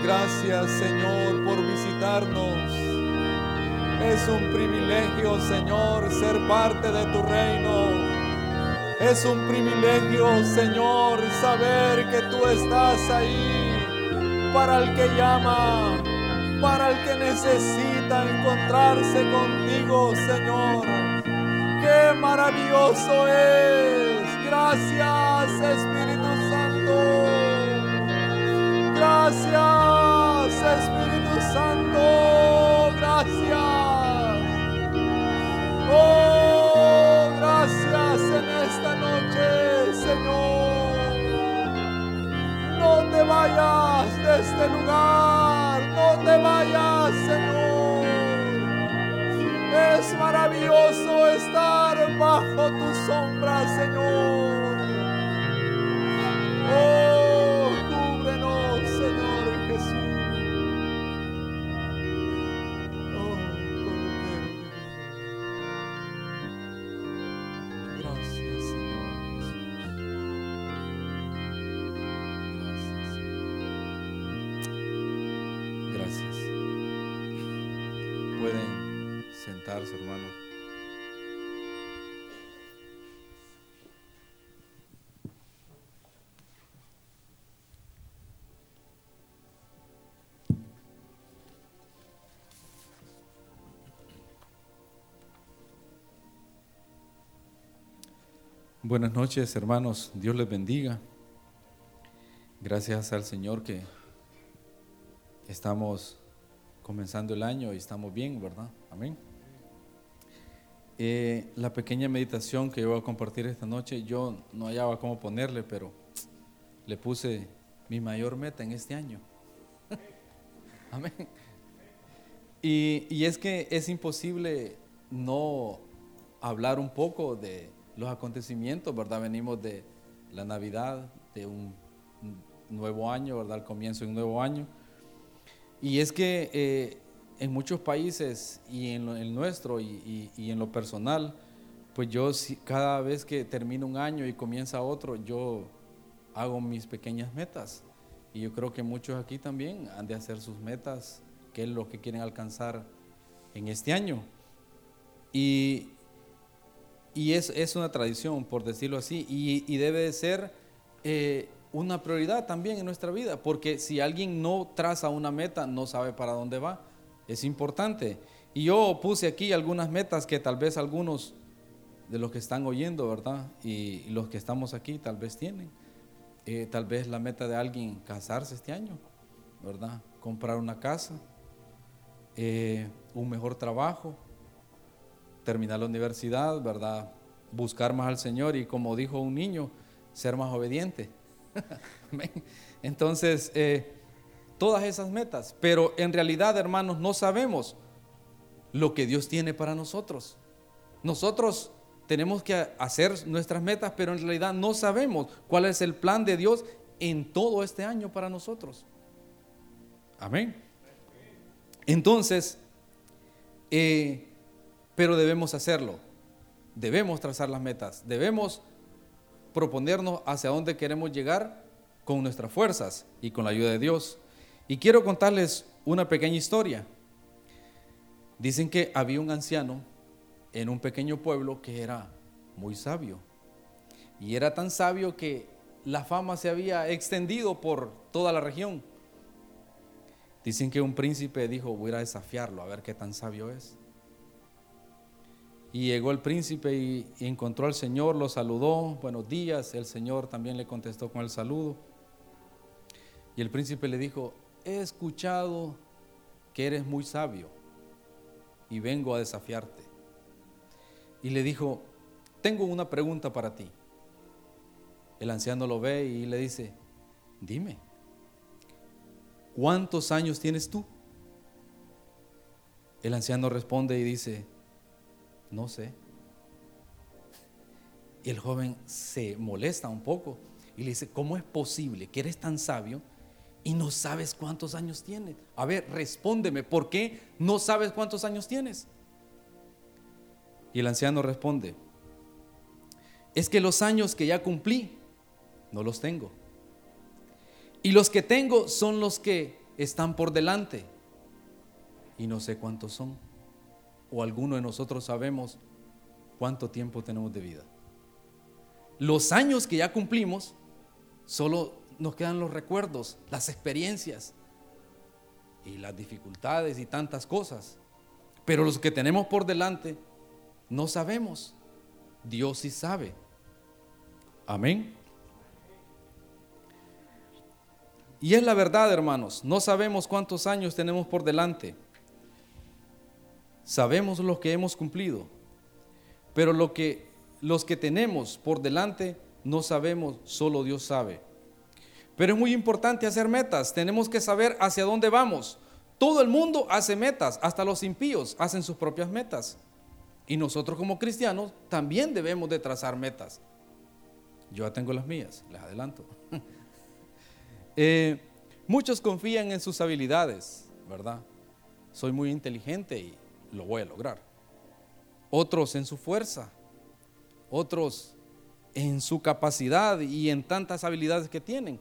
Gracias, Señor, por visitarnos. Es un privilegio, Señor, ser parte de tu reino. Es un privilegio, Señor, saber que tú estás ahí para el que llama, para el que necesita encontrarse contigo, Señor. ¡Qué maravilloso es! Gracias, Espíritu Santo. Gracias, Espíritu Santo. Gracias. Oh, gracias en esta noche, Señor. No te vayas de este lugar. No te vayas, Señor. Es maravilloso estar bajo tu sombra, Señor. Oh, cúbrenos, Señor Jesús. Oh, Cordero de Dios. Gracias, Señor Jesús. Gracias. Gracias. Pueden sentarse, hermano. Buenas noches, hermanos. Dios les bendiga. Gracias al Señor que estamos comenzando el año y estamos bien, ¿verdad? Amén. La pequeña meditación que yo voy a compartir esta noche, yo no hallaba cómo ponerle, pero le puse mi mayor meta en este año. Amén. Y es que es imposible no hablar un poco de los acontecimientos, ¿verdad? Venimos de la Navidad, de un nuevo año, ¿verdad? El comienzo de un nuevo año. Y es que en muchos países y en el nuestro y en lo personal, pues yo cada vez que termino un año y comienza otro, yo hago mis pequeñas metas. Y yo creo que muchos aquí también han de hacer sus metas, qué es lo que quieren alcanzar en este año. Y es una tradición, por decirlo así, y debe de ser una prioridad también en nuestra vida, porque si alguien no traza una meta, no sabe para dónde va. Es importante. Y yo puse aquí algunas metas que tal vez algunos de los que están oyendo, ¿verdad? Y los que estamos aquí tal vez tienen. Tal vez la meta de alguien casarse este año, ¿verdad? Comprar una casa, un mejor trabajo, terminar la universidad, ¿verdad? Buscar más al Señor y, como dijo un niño, ser más obediente. Entonces, todas esas metas, pero en realidad, hermanos, no sabemos lo que Dios tiene para nosotros. Nosotros tenemos que hacer nuestras metas, pero en realidad no sabemos cuál es el plan de Dios en todo este año para nosotros. Amén. Entonces, pero debemos hacerlo, debemos trazar las metas, debemos proponernos hacia dónde queremos llegar con nuestras fuerzas y con la ayuda de Dios. Y quiero contarles una pequeña historia. Dicen que había un anciano en un pequeño pueblo que era muy sabio, y era tan sabio que la fama se había extendido por toda la región. Dicen que un príncipe dijo: voy a ir a desafiarlo a ver qué tan sabio es. Y llegó el príncipe y encontró al Señor, lo saludó, buenos días. El Señor también le contestó con el saludo. Y el príncipe le dijo: he escuchado que eres muy sabio y vengo a desafiarte. Y le dijo: tengo una pregunta para ti. El anciano lo ve y le dice: dime, ¿cuántos años tienes tú? El anciano responde y dice: no sé. Y el joven se molesta un poco y le dice: ¿cómo es posible que eres tan sabio y no sabes cuántos años tienes? A ver, respóndeme, ¿por qué no sabes cuántos años tienes? Y el anciano responde: es que los años que ya cumplí no los tengo, y los que tengo son los que están por delante y no sé cuántos son. O alguno de nosotros sabemos cuánto tiempo tenemos de vida. Los años que ya cumplimos, solo nos quedan los recuerdos, las experiencias y las dificultades y tantas cosas. Pero los que tenemos por delante, no sabemos. Dios sí sabe. Amén. Y es la verdad, hermanos, no sabemos cuántos años tenemos por delante. Sabemos los que hemos cumplido, pero los que tenemos por delante no sabemos, solo Dios sabe. Pero es muy importante hacer metas, tenemos que saber hacia dónde vamos. Todo el mundo hace metas, hasta los impíos hacen sus propias metas. Y nosotros como cristianos también debemos de trazar metas. Yo ya tengo las mías, les adelanto. Muchos confían en sus habilidades, ¿verdad? Soy muy inteligente y lo voy a lograr. Otros en su fuerza, otros en su capacidad y en tantas habilidades que tienen.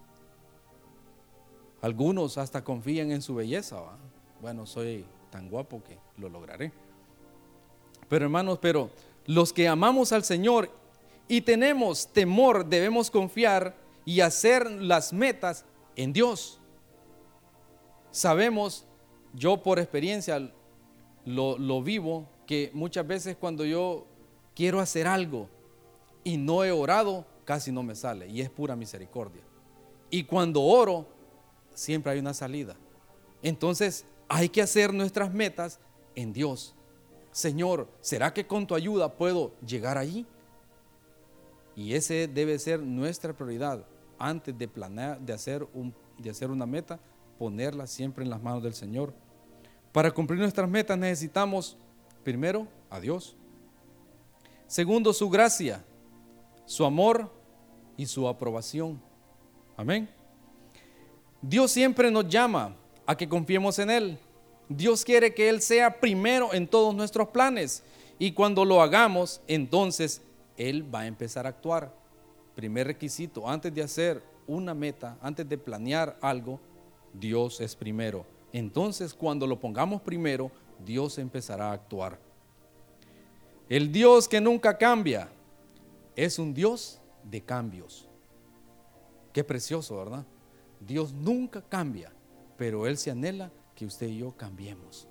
Algunos hasta confían en su belleza, ¿va? Bueno, soy tan guapo que lo lograré. Pero hermanos, los que amamos al Señor y tenemos temor, debemos confiar y hacer las metas en Dios. Sabemos, yo por experiencia lo vivo, que muchas veces cuando yo quiero hacer algo y no he orado, casi no me sale, y es pura misericordia. Y cuando oro, siempre hay una salida. Entonces hay que hacer nuestras metas en Dios. Señor, ¿será que con tu ayuda puedo llegar allí? Y ese debe ser nuestra prioridad. Antes de planear, de hacer una meta, ponerla siempre en las manos del Señor. Para cumplir nuestras metas necesitamos, primero, a Dios. Segundo, su gracia, su amor y su aprobación. Amén. Dios siempre nos llama a que confiemos en Él. Dios quiere que Él sea primero en todos nuestros planes. Y cuando lo hagamos, entonces Él va a empezar a actuar. Primer requisito, antes de hacer una meta, antes de planear algo, Dios es primero. Entonces, cuando lo pongamos primero, Dios empezará a actuar. El Dios que nunca cambia es un Dios de cambios. Qué precioso, ¿verdad? Dios nunca cambia, pero Él se anhela que usted y yo cambiemos.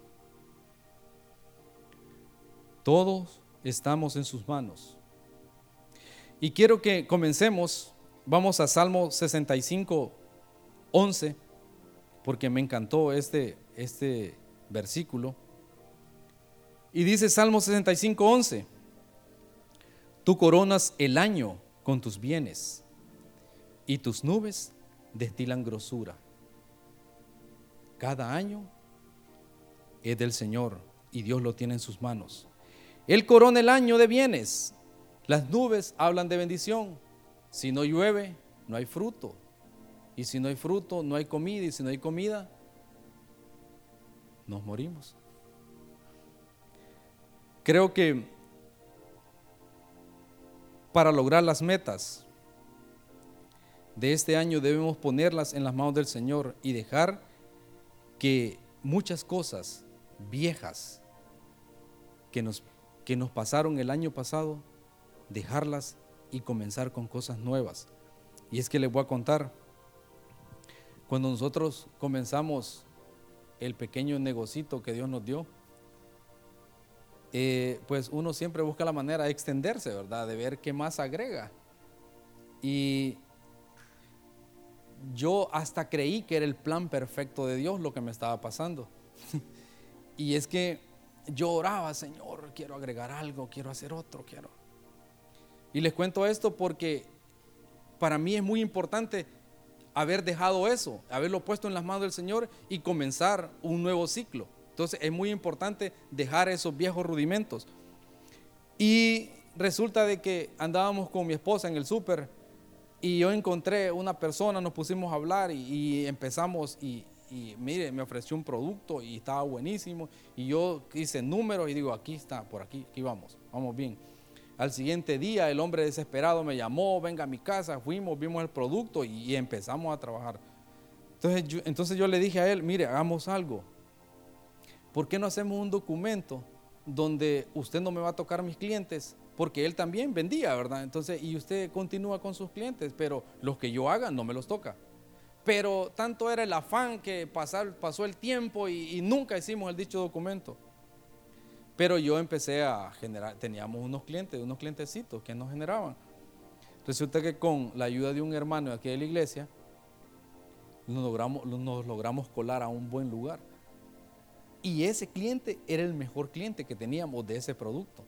Todos estamos en sus manos. Y quiero que comencemos, vamos a Salmo 65, 11, porque me encantó este versículo. Y dice Salmo 65, 11: tú coronas el año con tus bienes y tus nubes destilan grosura. Cada año es del Señor y Dios lo tiene en sus manos. Él corona el año de bienes. Las nubes hablan de bendición. Si no llueve, no hay fruto. Y si no hay fruto, no hay comida. Y si no hay comida, nos morimos. Creo que para lograr las metas de este año debemos ponerlas en las manos del Señor y dejar que muchas cosas viejas que nos pasaron el año pasado, dejarlas y comenzar con cosas nuevas. Y es que les voy a contar, cuando nosotros comenzamos el pequeño negocito que Dios nos dio, pues uno siempre busca la manera de extenderse, ¿verdad? De ver qué más agrega. Y yo hasta creí que era el plan perfecto de Dios lo que me estaba pasando. Y es que yo oraba, Señor, quiero agregar algo, quiero hacer otro, quiero. Y les cuento esto porque para mí es muy importante haber dejado eso, haberlo puesto en las manos del Señor y comenzar un nuevo ciclo. Entonces es muy importante dejar esos viejos rudimentos. Y resulta de que andábamos con mi esposa en el súper y yo encontré una persona, nos pusimos a hablar y empezamos y mire, me ofreció un producto y estaba buenísimo y yo hice números y digo, aquí está, por aquí vamos bien. Al siguiente día el hombre desesperado me llamó, venga a mi casa, fuimos, vimos el producto y empezamos a trabajar. Entonces yo le dije a él, mire, hagamos algo. ¿Por qué no hacemos un documento donde usted no me va a tocar mis clientes? Porque él también vendía, ¿verdad? Entonces, y usted continúa con sus clientes, pero los que yo haga no me los toca. Pero tanto era el afán que pasó el tiempo y nunca hicimos el dicho documento. Pero yo empecé a generar, teníamos unos clientecitos que nos generaban. Resulta que con la ayuda de un hermano de aquí de la iglesia, nos logramos colar a un buen lugar. Y ese cliente era el mejor cliente que teníamos de ese producto.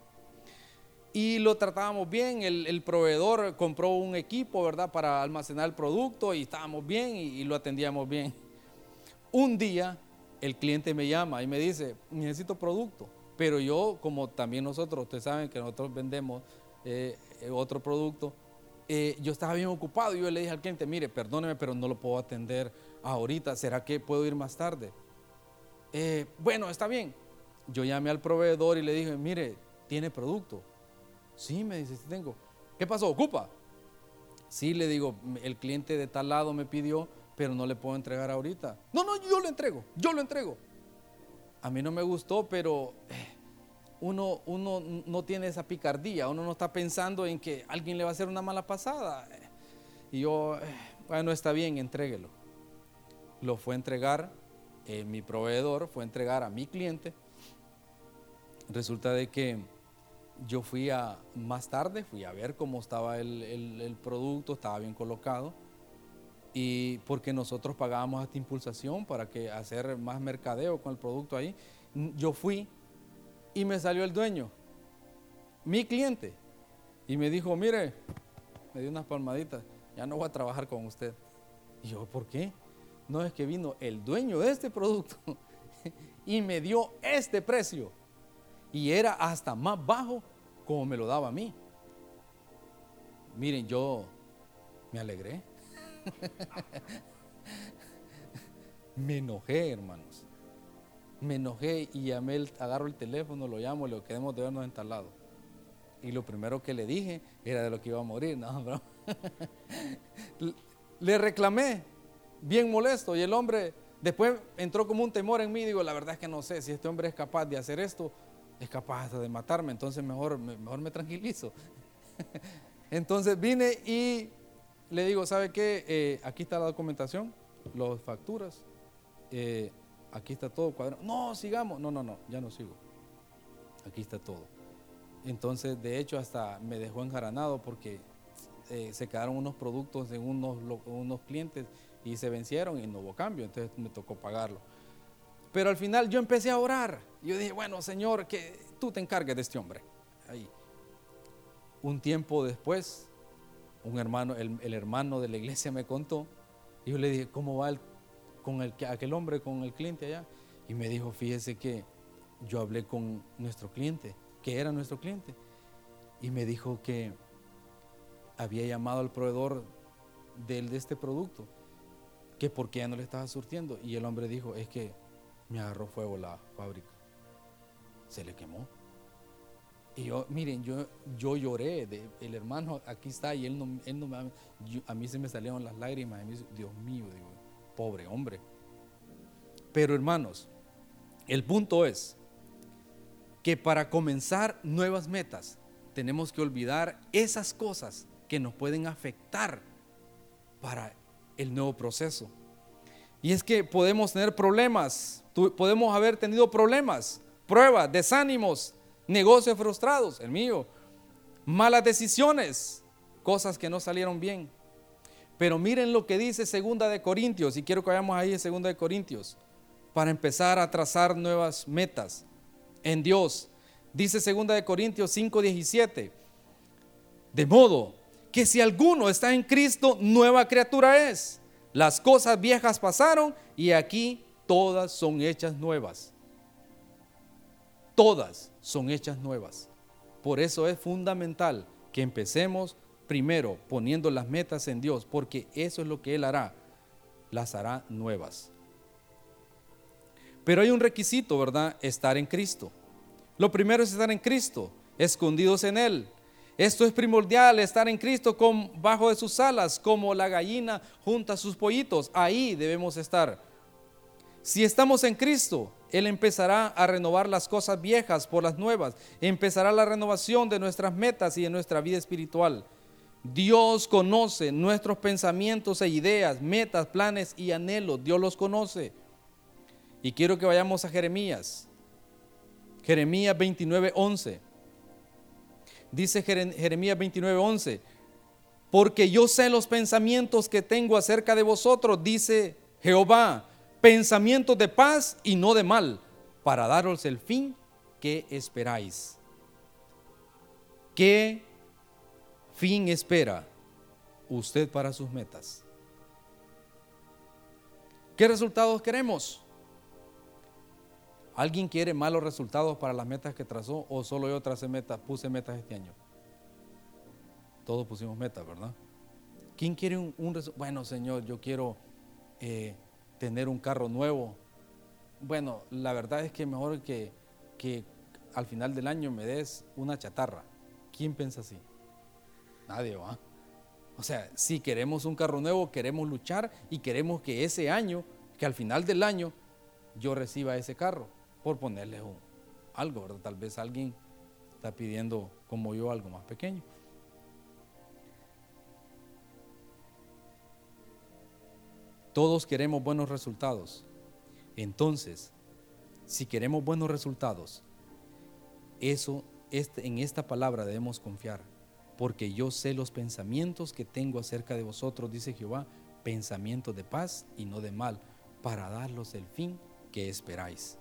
Y lo tratábamos bien, el proveedor compró un equipo, ¿verdad?, para almacenar el producto y estábamos bien y lo atendíamos bien. Un día el cliente me llama y me dice, necesito producto, pero yo, como también nosotros, ustedes saben que nosotros vendemos otro producto, yo estaba bien ocupado y yo le dije al cliente, mire, perdóneme, pero no lo puedo atender ahorita, ¿será que puedo ir más tarde? Bueno, está bien. Yo llamé al proveedor y le dije, mire, ¿tiene producto? Sí, me dice, sí tengo. ¿Qué pasó? ¿Ocupa? Sí, le digo, el cliente de tal lado me pidió, pero no le puedo entregar ahorita. No, yo lo entrego. A mí no me gustó, pero uno no tiene esa picardía, uno no está pensando en que alguien le va a hacer una mala pasada. Y yo, bueno, está bien, entréguelo. Lo fue a entregar, mi proveedor fue a entregar a mi cliente. Resulta de que yo más tarde fui a ver cómo estaba el producto, estaba bien colocado, y porque nosotros pagábamos hasta impulsación para hacer más mercadeo con el producto ahí. Yo fui y me salió el dueño, mi cliente, y me dijo, mire, me dio unas palmaditas, ya no voy a trabajar con usted. Y yo, ¿por qué? No, es que vino el dueño de este producto y me dio este precio. Y era hasta más bajo como me lo daba a mí. Miren, yo me alegré. Me enojé, hermanos. Me enojé y agarro el teléfono, lo llamo, le quedemos de vernos en tal lado. Y lo primero que le dije era de lo que iba a morir. No, bro. Le reclamé, bien molesto, y el hombre después entró como un temor en mí. Digo, la verdad es que no sé si este hombre es capaz de hacer esto. Es capaz hasta de matarme, entonces mejor me tranquilizo. Entonces vine y le digo, ¿sabe qué? Aquí está la documentación, las facturas, aquí está todo cuadrado. No, sigamos. No, ya no sigo. Aquí está todo. Entonces, de hecho, hasta me dejó enjaranado porque se quedaron unos productos en unos clientes y se vencieron y no hubo cambio, entonces me tocó pagarlo. Pero al final yo empecé a orar. Yo dije, bueno, Señor, que tú te encargues de este hombre. Ahí. Un tiempo después, un hermano, el hermano de la iglesia me contó. Y yo le dije, ¿cómo va aquel hombre con el cliente allá? Y me dijo, fíjese que yo hablé con nuestro cliente, que era nuestro cliente. Y me dijo que había llamado al proveedor de este producto, que por qué ya no le estaba surtiendo. Y el hombre dijo, es que me agarró fuego la fábrica, se le quemó. Y yo, miren, yo lloré, el hermano aquí está y él no me, a mí se me salieron las lágrimas, y me dice, Dios mío, digo, pobre hombre. Pero hermanos, el punto es que para comenzar nuevas metas tenemos que olvidar esas cosas que nos pueden afectar para el nuevo proceso. Y es que podemos tener problemas, podemos haber tenido problemas, pruebas, desánimos, negocios frustrados, el mío, malas decisiones, cosas que no salieron bien. Pero miren lo que dice 2 de Corintios, y quiero que vayamos ahí en 2 de Corintios, para empezar a trazar nuevas metas en Dios. Dice 2 de Corintios 5:17, de modo que si alguno está en Cristo, nueva criatura es. Las cosas viejas pasaron y aquí todas son hechas nuevas. Todas son hechas nuevas. Por eso es fundamental que empecemos primero poniendo las metas en Dios, porque eso es lo que Él hará, las hará nuevas. Pero hay un requisito, ¿verdad? Estar en Cristo. Lo primero es estar en Cristo, escondidos en Él. Esto es primordial, estar en Cristo bajo de sus alas, como la gallina junta a sus pollitos. Ahí debemos estar. Si estamos en Cristo, Él empezará a renovar las cosas viejas por las nuevas. Empezará la renovación de nuestras metas y de nuestra vida espiritual. Dios conoce nuestros pensamientos e ideas, metas, planes y anhelos. Dios los conoce. Y quiero que vayamos a Jeremías. Jeremías 29:11. Dice Jeremías 29:11. Porque yo sé los pensamientos que tengo acerca de vosotros, dice Jehová, pensamientos de paz y no de mal, para daros el fin que esperáis. ¿Qué fin espera usted para sus metas? ¿Qué resultados queremos? ¿Alguien quiere malos resultados para las metas que trazó o solo yo puse metas este año? Todos pusimos metas, ¿verdad? ¿Quién quiere un resultado? Bueno, Señor, yo quiero tener un carro nuevo. Bueno, la verdad es que mejor que al final del año me des una chatarra. ¿Quién piensa así? Nadie, ¿va? O sea, si queremos un carro nuevo, queremos luchar y queremos que ese año, que al final del año yo reciba ese carro, por ponerle algo, ¿verdad? Tal vez alguien está pidiendo como yo algo más pequeño. Todos queremos buenos resultados. Entonces, si queremos buenos resultados, en esta palabra debemos confiar, porque yo sé los pensamientos que tengo acerca de vosotros, dice Jehová, pensamientos de paz y no de mal, para darlos el fin que esperáis.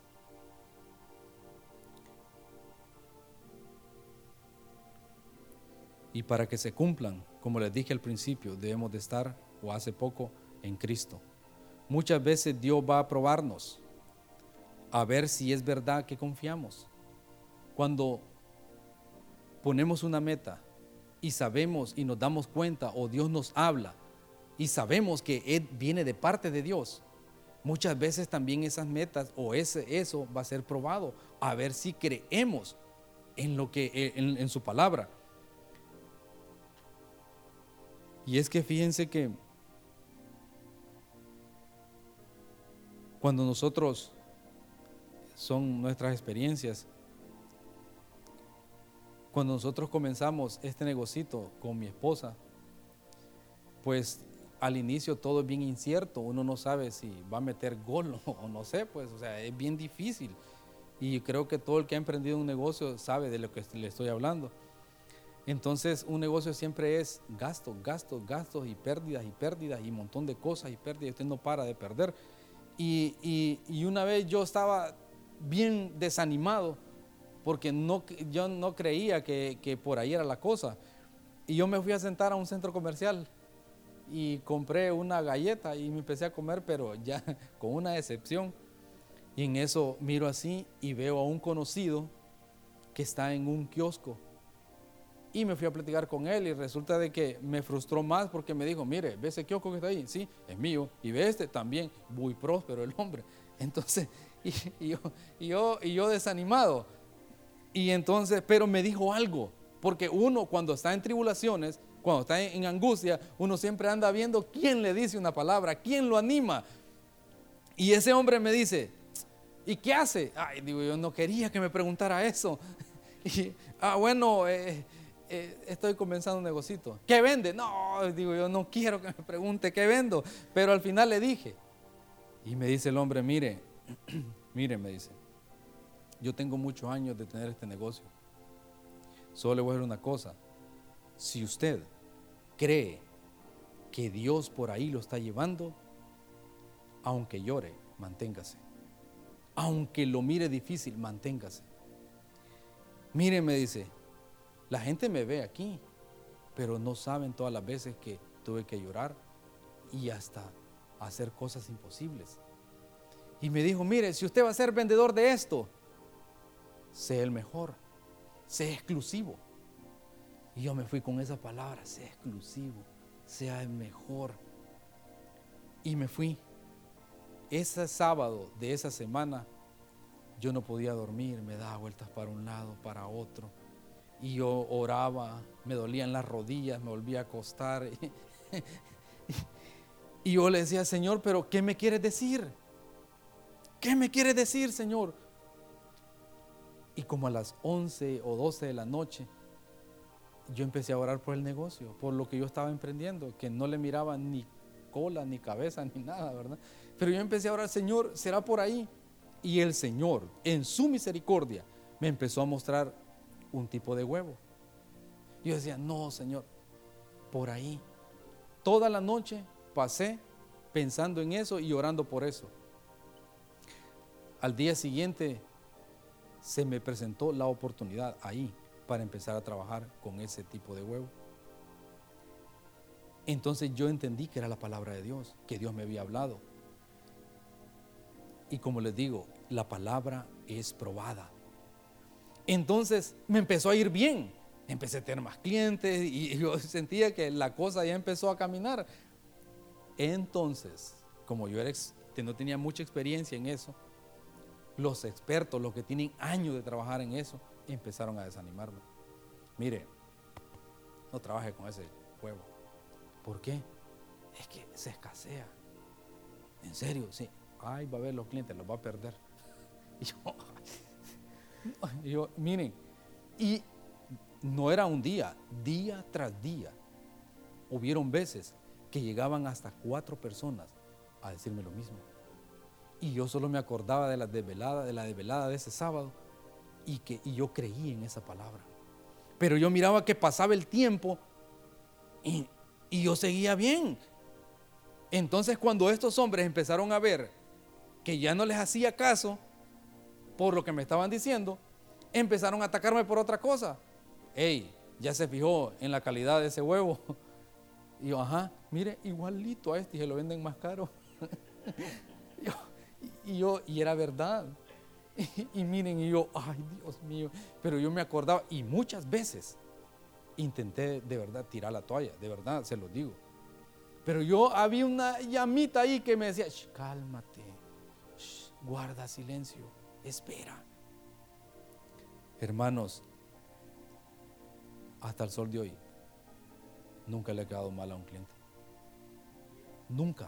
Y para que se cumplan, como les dije al principio, debemos de estar, o hace poco, en Cristo. Muchas veces Dios va a probarnos, a ver si es verdad que confiamos. Cuando ponemos una meta y sabemos y nos damos cuenta, o Dios nos habla y sabemos que viene de parte de Dios, muchas veces también esas metas o eso va a ser probado, a ver si creemos en lo que en su palabra. Y es que fíjense que cuando nosotros, son nuestras experiencias, cuando nosotros comenzamos este negocito con mi esposa, pues al inicio todo es bien incierto, uno no sabe si va a meter gol o no sé, pues, o sea, es bien difícil. Y creo que todo el que ha emprendido un negocio sabe de lo que le estoy hablando. Entonces, un negocio siempre es gastos, gastos, gastos y pérdidas y un montón de cosas y pérdidas, usted no para de perder. Y una vez yo estaba bien desanimado porque yo no creía que por ahí era la cosa. Y yo me fui a sentar a un centro comercial y compré una galleta y me empecé a comer, pero ya con una decepción. Y en eso miro así y veo a un conocido que está en un kiosco. Y me fui a platicar con él y resulta de que me frustró más porque me dijo, mire, ¿ve ese kiosco que está ahí? Sí, es mío. Y ve este también, muy próspero el hombre. Entonces, y yo desanimado. Y entonces, pero me dijo algo, porque uno cuando está en tribulaciones, cuando está en angustia, uno siempre anda viendo quién le dice una palabra, quién lo anima. Y ese hombre me dice, ¿y qué hace? Ay, digo, yo no quería que me preguntara eso. Y, bueno, estoy comenzando un negocito. ¿Qué vende? No, digo, yo no quiero que me pregunte qué vendo. Pero al final le dije. Y me dice el hombre, mire, me dice, yo tengo muchos años de tener este negocio. Solo le voy a decir una cosa. Si usted cree que Dios por ahí lo está llevando, aunque llore, manténgase. Aunque lo mire difícil, manténgase. Mire, me dice, la gente me ve aquí, pero no saben todas las veces que tuve que llorar y hasta hacer cosas imposibles. Y me dijo, mire, si usted va a ser vendedor de esto, sé el mejor, sé exclusivo. Y yo me fui con esa palabra, sé exclusivo, sea el mejor. Y me fui. Ese sábado de esa semana yo no podía dormir, me daba vueltas para un lado, para otro. Y yo oraba, me dolían las rodillas, me volvía a acostar. Y yo le decía, Señor, pero ¿qué me quieres decir? ¿Qué me quieres decir, Señor? Y como a las 11 o 12 de la noche, yo empecé a orar por el negocio, por lo que yo estaba emprendiendo, que no le miraba ni cola, ni cabeza, ni nada, ¿verdad? Pero yo empecé a orar, Señor, ¿será por ahí? Y el Señor, en su misericordia, me empezó a mostrar un tipo de huevo. Yo decía, no, Señor, por ahí. Toda la noche pasé pensando en eso y orando por eso. Al día siguiente se me presentó la oportunidad ahí para empezar a trabajar con ese tipo de huevo. Entonces yo entendí que era la palabra de Dios, que Dios me había hablado. Y como les digo, la palabra es probada. Entonces me empezó a ir bien. Empecé a tener más clientes y yo sentía que la cosa ya empezó a caminar. Entonces, como yo no tenía mucha experiencia en eso, los expertos, los que tienen años de trabajar en eso, empezaron a desanimarme. Mire, no trabaje con ese huevo. ¿Por qué? Es que se escasea. En serio, sí. Ay, va a ver los clientes, los va a perder. Y yo, miren, y no era un día, día tras día. Hubieron veces que llegaban hasta 4 personas a decirme lo mismo. Y yo solo me acordaba de la desvelada de ese sábado y yo creí en esa palabra. Pero yo miraba que pasaba el tiempo y yo seguía bien. Entonces cuando estos hombres empezaron a ver que ya no les hacía caso por lo que me estaban diciendo, empezaron a atacarme por otra cosa. Hey, ya se fijó en la calidad de ese huevo. Y yo, ajá, mire, igualito a este y se lo venden más caro. Y era verdad. Y miren, y yo, ay, Dios mío. Pero yo me acordaba, y muchas veces intenté de verdad tirar la toalla, de verdad, se los digo. Pero yo había una llamita ahí que me decía, cálmate, guarda silencio, espera. Hermanos, hasta el sol de hoy, nunca le he quedado mal a un cliente. Nunca.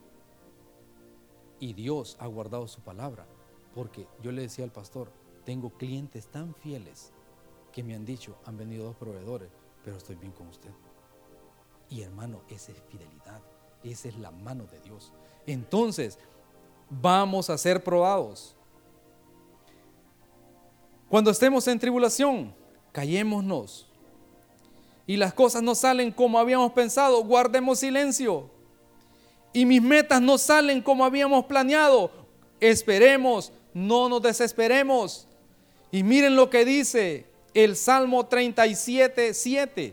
Y Dios ha guardado su palabra, porque yo le decía al pastor, tengo clientes tan fieles que me han dicho, han venido 2 proveedores, pero estoy bien con usted. Y hermano, esa es fidelidad, esa es la mano de Dios. Entonces, vamos a ser probados. Cuando estemos en tribulación, callémonos. Y las cosas no salen como habíamos pensado, guardemos silencio. Y mis metas no salen como habíamos planeado, esperemos, no nos desesperemos. Y miren lo que dice el Salmo 37:7.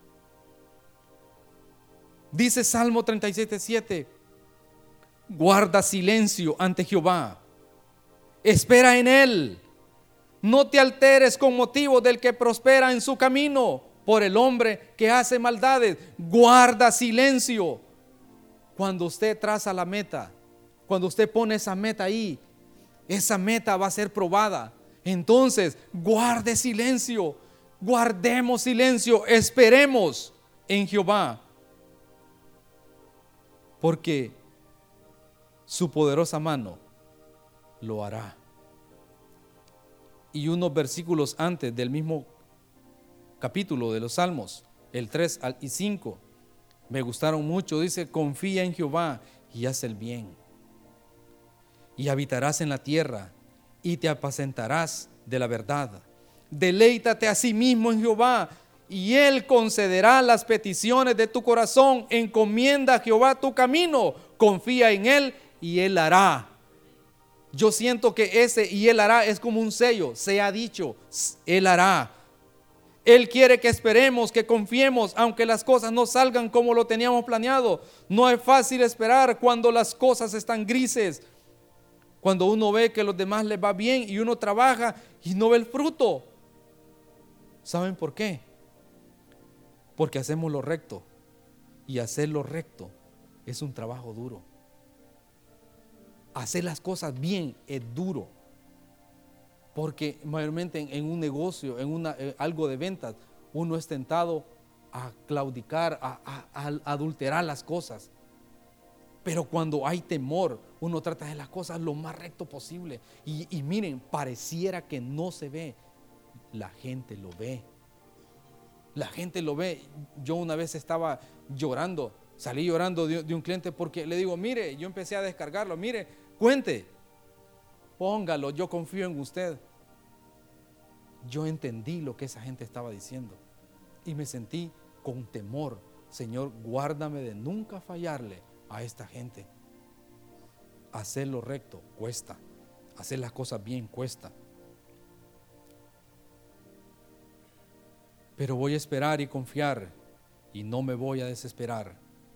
Dice Salmo 37:7, guarda silencio ante Jehová, espera en él, no te alteres con motivo del que prospera en su camino, por el hombre que hace maldades. Guarda silencio. Cuando usted traza la meta, cuando usted pone esa meta ahí, esa meta va a ser probada. Entonces, guarde silencio, guardemos silencio, esperemos en Jehová, porque su poderosa mano lo hará. Y unos versículos antes del mismo capítulo de los Salmos, el 3 y 5, me gustaron mucho. Dice, confía en Jehová y haz el bien, y habitarás en la tierra, y te apacentarás de la verdad. Deleítate a sí mismo en Jehová, y Él concederá las peticiones de tu corazón. Encomienda a Jehová tu camino, confía en Él y Él hará. Yo siento que ese y Él hará es como un sello. Se ha dicho, Él hará. Él quiere que esperemos, que confiemos, aunque las cosas no salgan como lo teníamos planeado. No es fácil esperar cuando las cosas están grises, cuando uno ve que a los demás les va bien y uno trabaja y no ve el fruto. ¿Saben por qué? Porque hacemos lo recto, y hacer lo recto es un trabajo duro. Hacer las cosas bien es duro, Porque mayormente en un negocio, en algo de ventas, uno es tentado a claudicar, a adulterar las cosas. Pero cuando hay temor, uno trata de las cosas lo más recto posible. Y miren, pareciera que no se ve. La gente lo ve. La gente lo ve. Yo una vez estaba llorando, salí llorando de un cliente porque le digo, mire, yo empecé a descargarlo, mire, cuente, póngalo, yo confío en usted. Yo entendí lo que esa gente estaba diciendo y me sentí con temor. Señor, guárdame de nunca fallarle a esta gente. Hacer lo recto cuesta, hacer las cosas bien cuesta. Pero voy a esperar y confiar y no me voy a desesperar.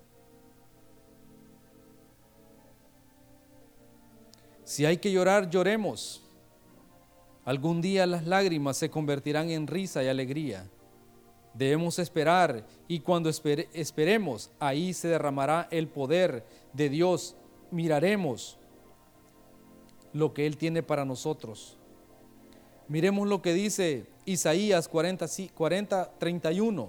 Si hay que llorar, lloremos. Algún día las lágrimas se convertirán en risa y alegría. Debemos esperar y cuando esperemos, ahí se derramará el poder de Dios. Miraremos lo que Él tiene para nosotros. Miremos lo que dice Isaías 40:31.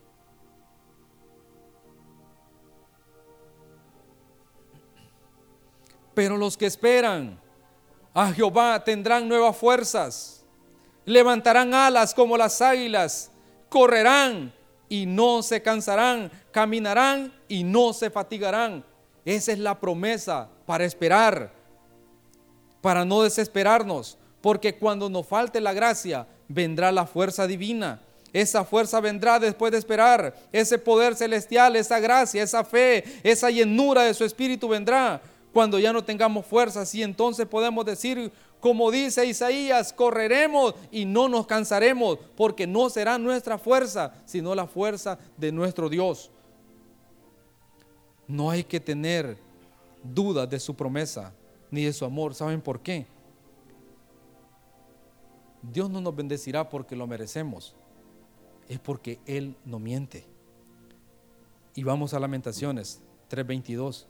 Pero los que esperan a Jehová tendrán nuevas fuerzas, levantarán alas como las águilas, correrán y no se cansarán, caminarán y no se fatigarán. Esa es la promesa para esperar, para no desesperarnos, porque cuando nos falte la gracia, vendrá la fuerza divina. Esa fuerza vendrá después de esperar, ese poder celestial, esa gracia, esa fe, esa llenura de su Espíritu vendrá cuando ya no tengamos fuerzas, y entonces podemos decir, como dice Isaías, correremos y no nos cansaremos, porque no será nuestra fuerza, sino la fuerza de nuestro Dios. No hay que tener dudas de su promesa ni de su amor. ¿Saben por qué? Dios no nos bendecirá porque lo merecemos, es porque Él no miente. Y vamos a Lamentaciones 3:22.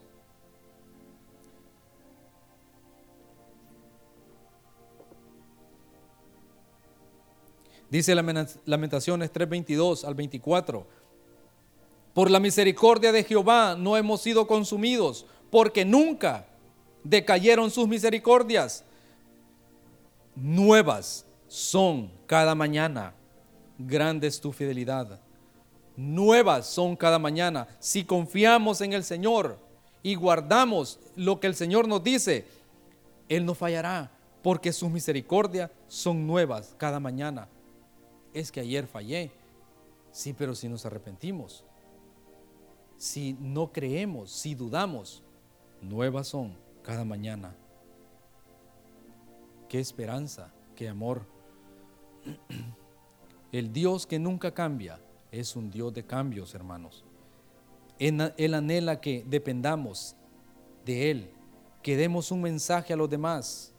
Dice Lamentaciones 3:22 al 24. Por la misericordia de Jehová no hemos sido consumidos, porque nunca decayeron sus misericordias. Nuevas son cada mañana, grande es tu fidelidad. Nuevas son cada mañana. Si confiamos en el Señor y guardamos lo que el Señor nos dice, Él no fallará, porque sus misericordias son nuevas cada mañana. Es que ayer fallé, sí, pero si nos arrepentimos, si no creemos, si dudamos, nuevas son cada mañana. Qué esperanza, qué amor. El Dios que nunca cambia es un Dios de cambios, hermanos. Él anhela que dependamos de Él, que demos un mensaje a los demás.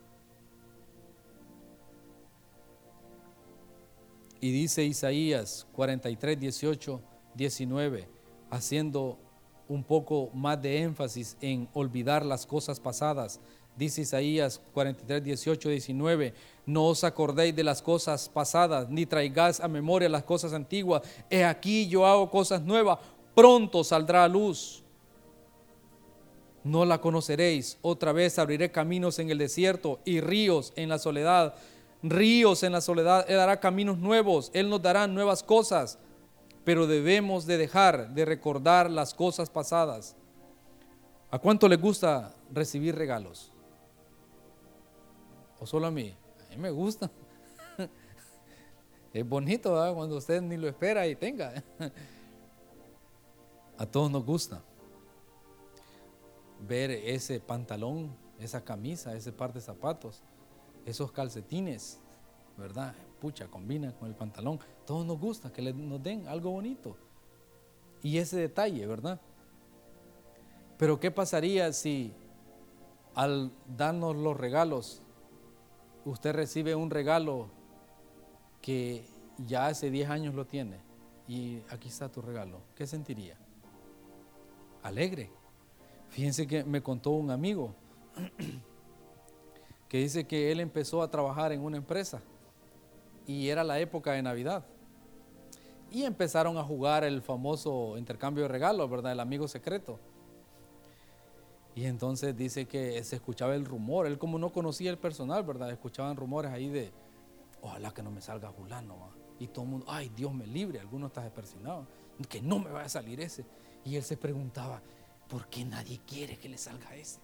Y dice Isaías 43:18-19, haciendo un poco más de énfasis en olvidar las cosas pasadas. Dice Isaías 43:18-19, no os acordéis de las cosas pasadas, ni traigáis a memoria las cosas antiguas. He aquí yo hago cosas nuevas, pronto saldrá a luz. No la conoceréis. Otra vez abriré caminos en el desierto y ríos en la soledad. Ríos en la soledad. Él hará caminos nuevos, Él nos dará nuevas cosas, pero debemos de dejar de recordar las cosas pasadas. ¿A cuánto les gusta recibir regalos? ¿O solo a mí? A mí me gusta. Es bonito, ¿verdad? Cuando usted ni lo espera y tenga. A todos nos gusta ver ese pantalón, esa camisa, ese par de zapatos, esos calcetines, ¿verdad? Pucha, combina con el pantalón. Todos nos gusta que nos den algo bonito. Y ese detalle, ¿verdad? Pero ¿qué pasaría si al darnos los regalos, usted recibe un regalo que ya hace 10 años lo tiene y aquí está tu regalo? ¿Qué sentiría? Alegre. Fíjense que me contó un amigo que dice que él empezó a trabajar en una empresa y era la época de Navidad. Y empezaron a jugar el famoso intercambio de regalos, ¿verdad? El amigo secreto. Y entonces dice que se escuchaba el rumor. Él, como no conocía el personal, ¿verdad? Escuchaban rumores ahí de, ojalá que no me salga fulano, ¿va? Y todo el mundo, ay, Dios me libre. Algunos están despersinados, que no me vaya a salir ese. Y él se preguntaba, ¿por qué nadie quiere que le salga ese?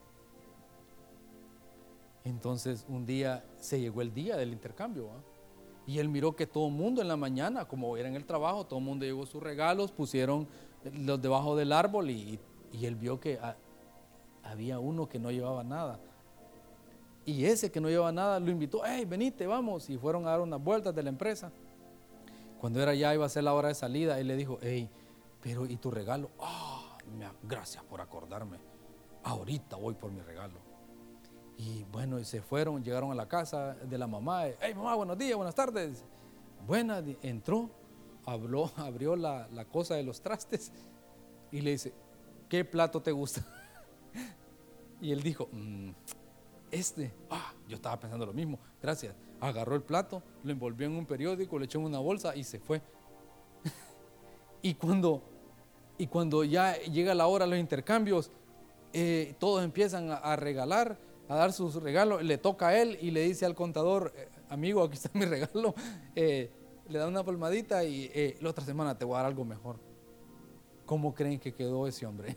Entonces un día se llegó el día del intercambio, ¿va? Y él miró que todo el mundo en la mañana, como era en el trabajo, todo el mundo llevó sus regalos, pusieron los debajo del árbol y él vio que había uno que no llevaba nada. Y ese que no llevaba nada lo invitó, hey, venite, vamos. Y fueron a dar unas vueltas de la empresa. Cuando era ya iba a ser la hora de salida, él le dijo, hey, pero ¿y tu regalo? Gracias por acordarme. Ahorita voy por mi regalo. Y bueno, y se fueron, llegaron a la casa de la mamá. Hey, mamá, buenos días, buenas tardes. Buenas, entró, abrió la cosa de los trastes y le dice, ¿qué plato te gusta? Y él dijo, yo estaba pensando lo mismo, gracias. Agarró el plato, lo envolvió en un periódico, le echó en una bolsa y se fue. Y cuando ya llega la hora de los intercambios, todos empiezan a regalar, a dar sus regalos. Le toca a él y le dice al contador, amigo, aquí está mi regalo. Le da una palmadita y la otra semana te voy a dar algo mejor. ¿Cómo creen que quedó ese hombre?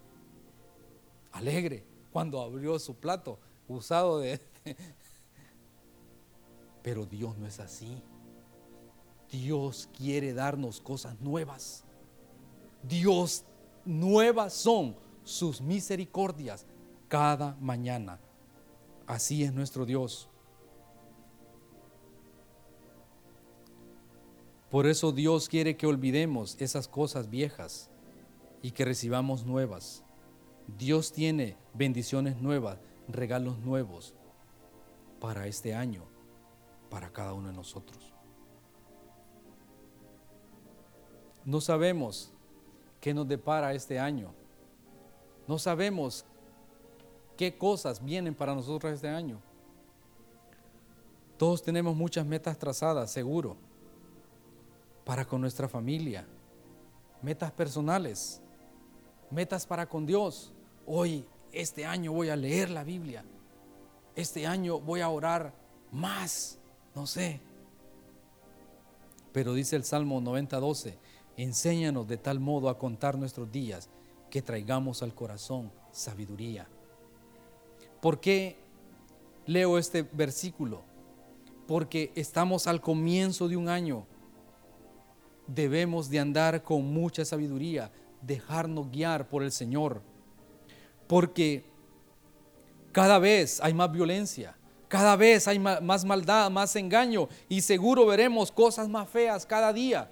Alegre cuando abrió su plato usado de... Pero Dios no es así. Dios quiere darnos cosas nuevas. Dios, nuevas son sus misericordias cada mañana. Así es nuestro Dios. Por eso Dios quiere que olvidemos esas cosas viejas y que recibamos nuevas. Dios tiene bendiciones nuevas, regalos nuevos para este año, para cada uno de nosotros. No sabemos qué nos depara este año. No sabemos qué cosas vienen para nosotros este año. Todos tenemos muchas metas trazadas, seguro, para con nuestra familia, metas personales, metas para con Dios. Hoy, este año voy a leer la Biblia. Este año voy a orar más, no sé. Pero dice el Salmo 90:12, enséñanos de tal modo a contar nuestros días que traigamos al corazón sabiduría. ¿Por qué leo este versículo? Porque estamos al comienzo de un año. Debemos de andar con mucha sabiduría, dejarnos guiar por el Señor. Porque cada vez hay más violencia, cada vez hay más maldad, más engaño, y seguro veremos cosas más feas cada día.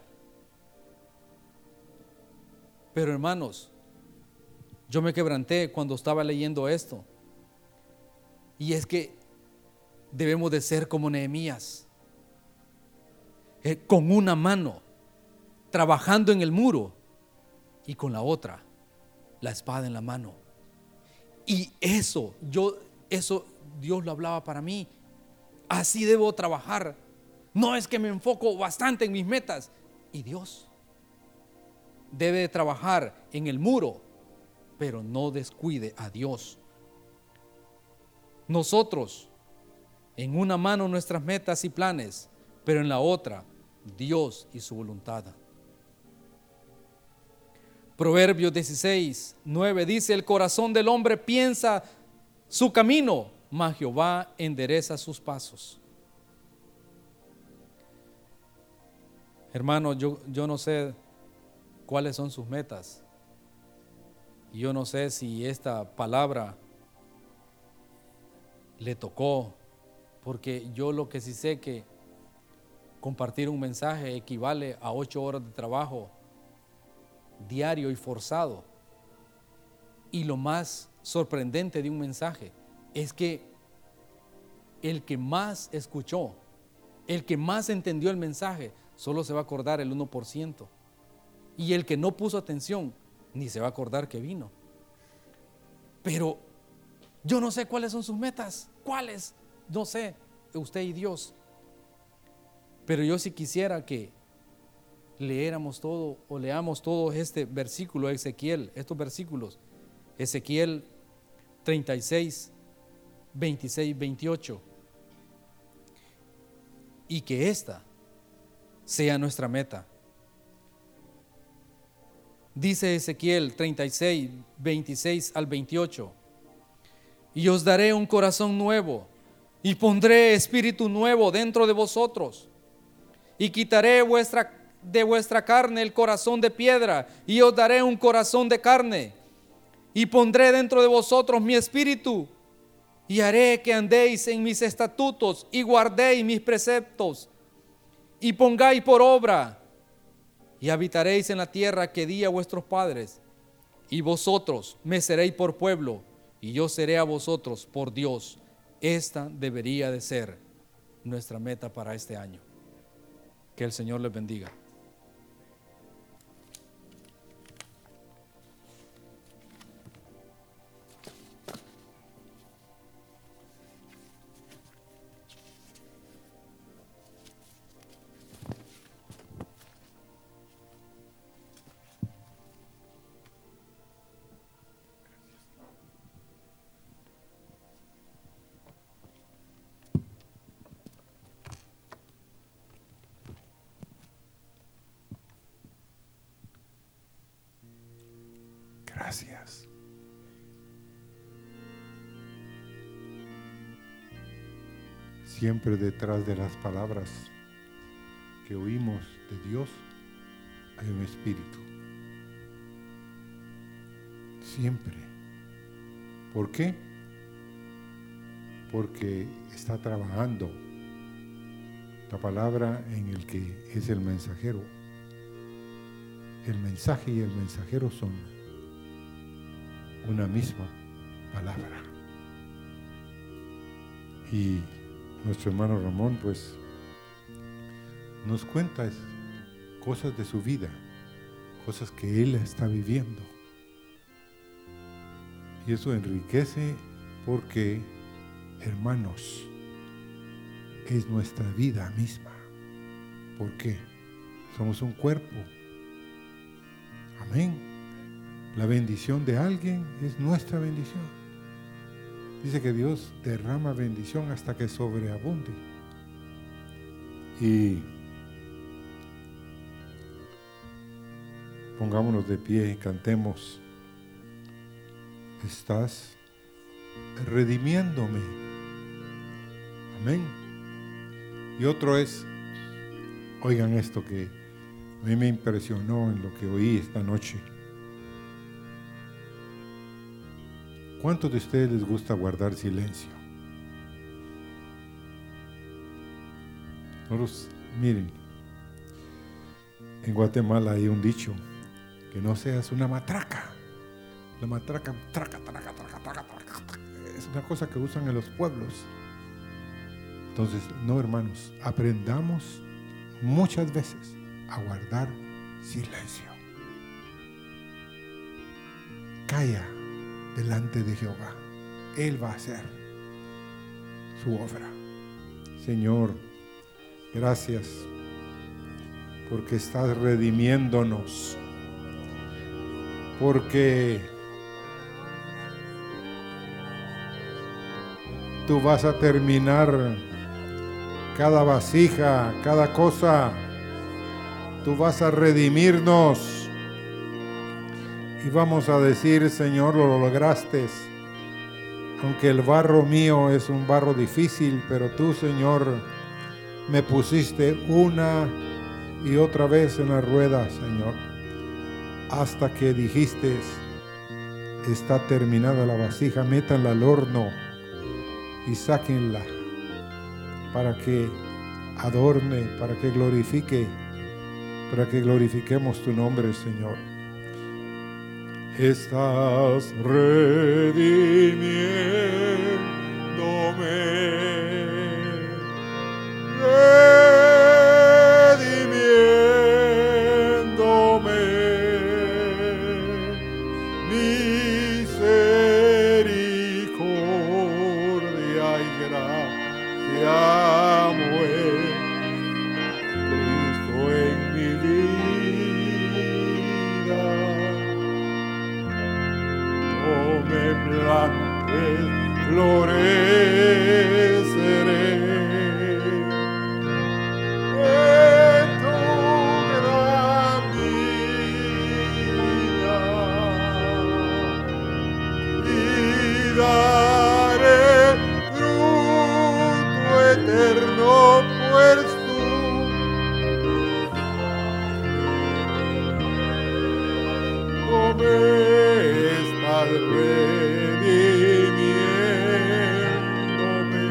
Pero hermanos, yo me quebranté cuando estaba leyendo esto. Y es que debemos de ser como Nehemías, con una mano trabajando en el muro y con la otra la espada en la mano. Y eso Dios lo hablaba para mí. Así debo trabajar. No es que me enfoco bastante en mis metas. Y Dios debe de trabajar en el muro, pero no descuide a Dios. Nosotros, en una mano nuestras metas y planes, pero en la otra Dios y su voluntad. Proverbios 16:9 dice, el corazón del hombre piensa su camino, mas Jehová endereza sus pasos. Hermano, yo no sé cuáles son sus metas. Yo no sé si esta palabra le tocó, porque yo lo que sí sé que compartir un mensaje equivale a 8 horas de trabajo diario y forzado. Y lo más sorprendente de un mensaje es que el que más escuchó, el que más entendió el mensaje, solo se va a acordar el 1%. Y el que no puso atención, ni se va a acordar que vino. Pero yo no sé cuáles son sus metas. ¿Cuáles? no sé, usted y Dios. Pero yo sí quisiera que leamos todo este versículo de Ezequiel, estos versículos, Ezequiel 36, 26, 28, y que esta sea nuestra meta. Dice Ezequiel 36, 26 al 28: y os daré un corazón nuevo, y pondré espíritu nuevo dentro de vosotros, y quitaré de vuestra carne el corazón de piedra, y os daré un corazón de carne, y pondré dentro de vosotros mi espíritu, y haré que andéis en mis estatutos, y guardéis mis preceptos, y pongáis por obra, y habitaréis en la tierra que di a vuestros padres, y vosotros me seréis por pueblo, y yo seré a vosotros por Dios. Esta debería de ser nuestra meta para este año. Que el Señor les bendiga. Gracias. Siempre detrás de las palabras que oímos de Dios hay un espíritu. Siempre. ¿Por qué? Porque está trabajando la palabra en el que es el mensajero. El mensaje y el mensajero son una misma palabra. Y nuestro hermano Ramón pues nos cuenta cosas de su vida, cosas que él está viviendo, y eso enriquece porque, hermanos, es nuestra vida misma. ¿Por qué? Somos un cuerpo. Amén. La bendición de alguien es nuestra bendición. Dice que Dios derrama bendición hasta que sobreabunde. Y pongámonos de pie y cantemos: estás redimiéndome. Amén. Y otro es, oigan esto que a mí me impresionó en lo que oí esta noche. ¿Cuántos de ustedes les gusta guardar silencio? Miren, en Guatemala hay un dicho: que no seas una matraca. La matraca, traca, traca, traca, traca, traca, es una cosa que usan en los pueblos. Entonces, no, hermanos, aprendamos muchas veces a guardar silencio. Calla delante de Jehová. Él va a hacer su obra. Señor, gracias porque estás redimiéndonos, porque tú vas a terminar cada vasija, cada cosa. Tú vas a redimirnos. Y vamos a decir: Señor, lo lograste. Aunque el barro mío es un barro difícil, pero tú, Señor, me pusiste una y otra vez en la rueda, Señor, hasta que dijiste: está terminada la vasija, métanla al horno y sáquenla para que adorne, para que glorifiquemos tu nombre, Señor. Estás redimiéndome, misericordia y gracia Cristo en mi vida. No me plantes, floreceré. En tu gran vida y daré fruto eterno, pues tú no me estás redimiéndome,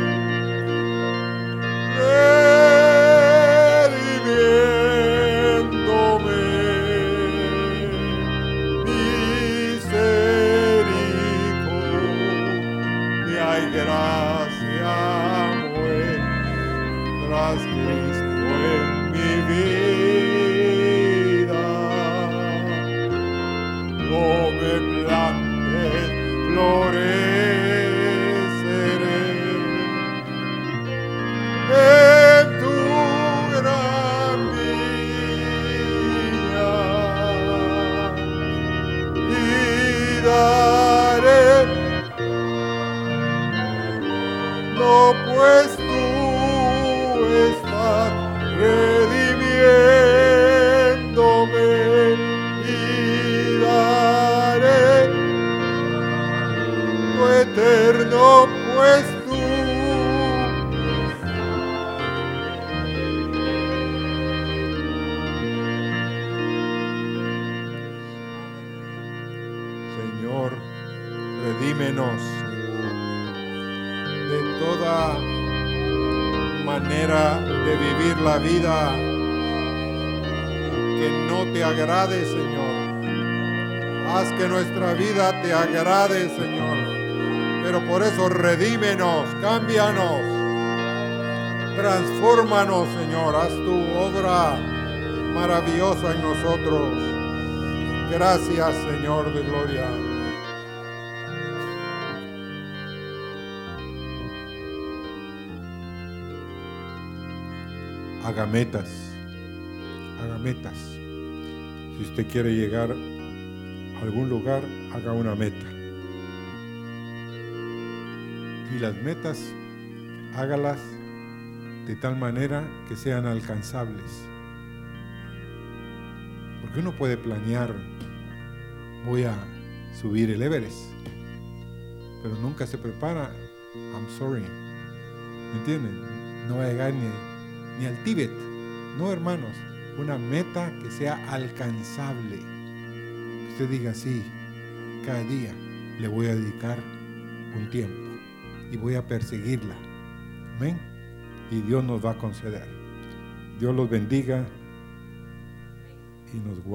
misericordia y gracia muestras, Cristo en mi vida. No me plantes, floreceré. En tu gran vida y daré, no, pues tú estás redimiéndome, y daré tu eterno, pues tú Señor, redímenos de toda manera de vivir la vida que no te agrade, Señor. Haz que nuestra vida te agrade, Señor. Pero por eso redímenos, cámbianos, transfórmanos, Señor. Haz tu obra maravillosa en nosotros. Gracias, Señor de gloria. Haga metas, haga metas. Si usted quiere llegar a algún lugar, haga una meta. Y las metas, hágalas de tal manera que sean alcanzables. Porque uno puede planear, voy a subir el Everest, pero nunca se prepara. I'm sorry, ¿me entienden? No va a llegar ni al Tíbet. No, hermanos, una meta que sea alcanzable. Que usted diga, sí, cada día le voy a dedicar un tiempo y voy a perseguirla. Amén. Y Dios nos va a conceder. Dios los bendiga y nos guarde.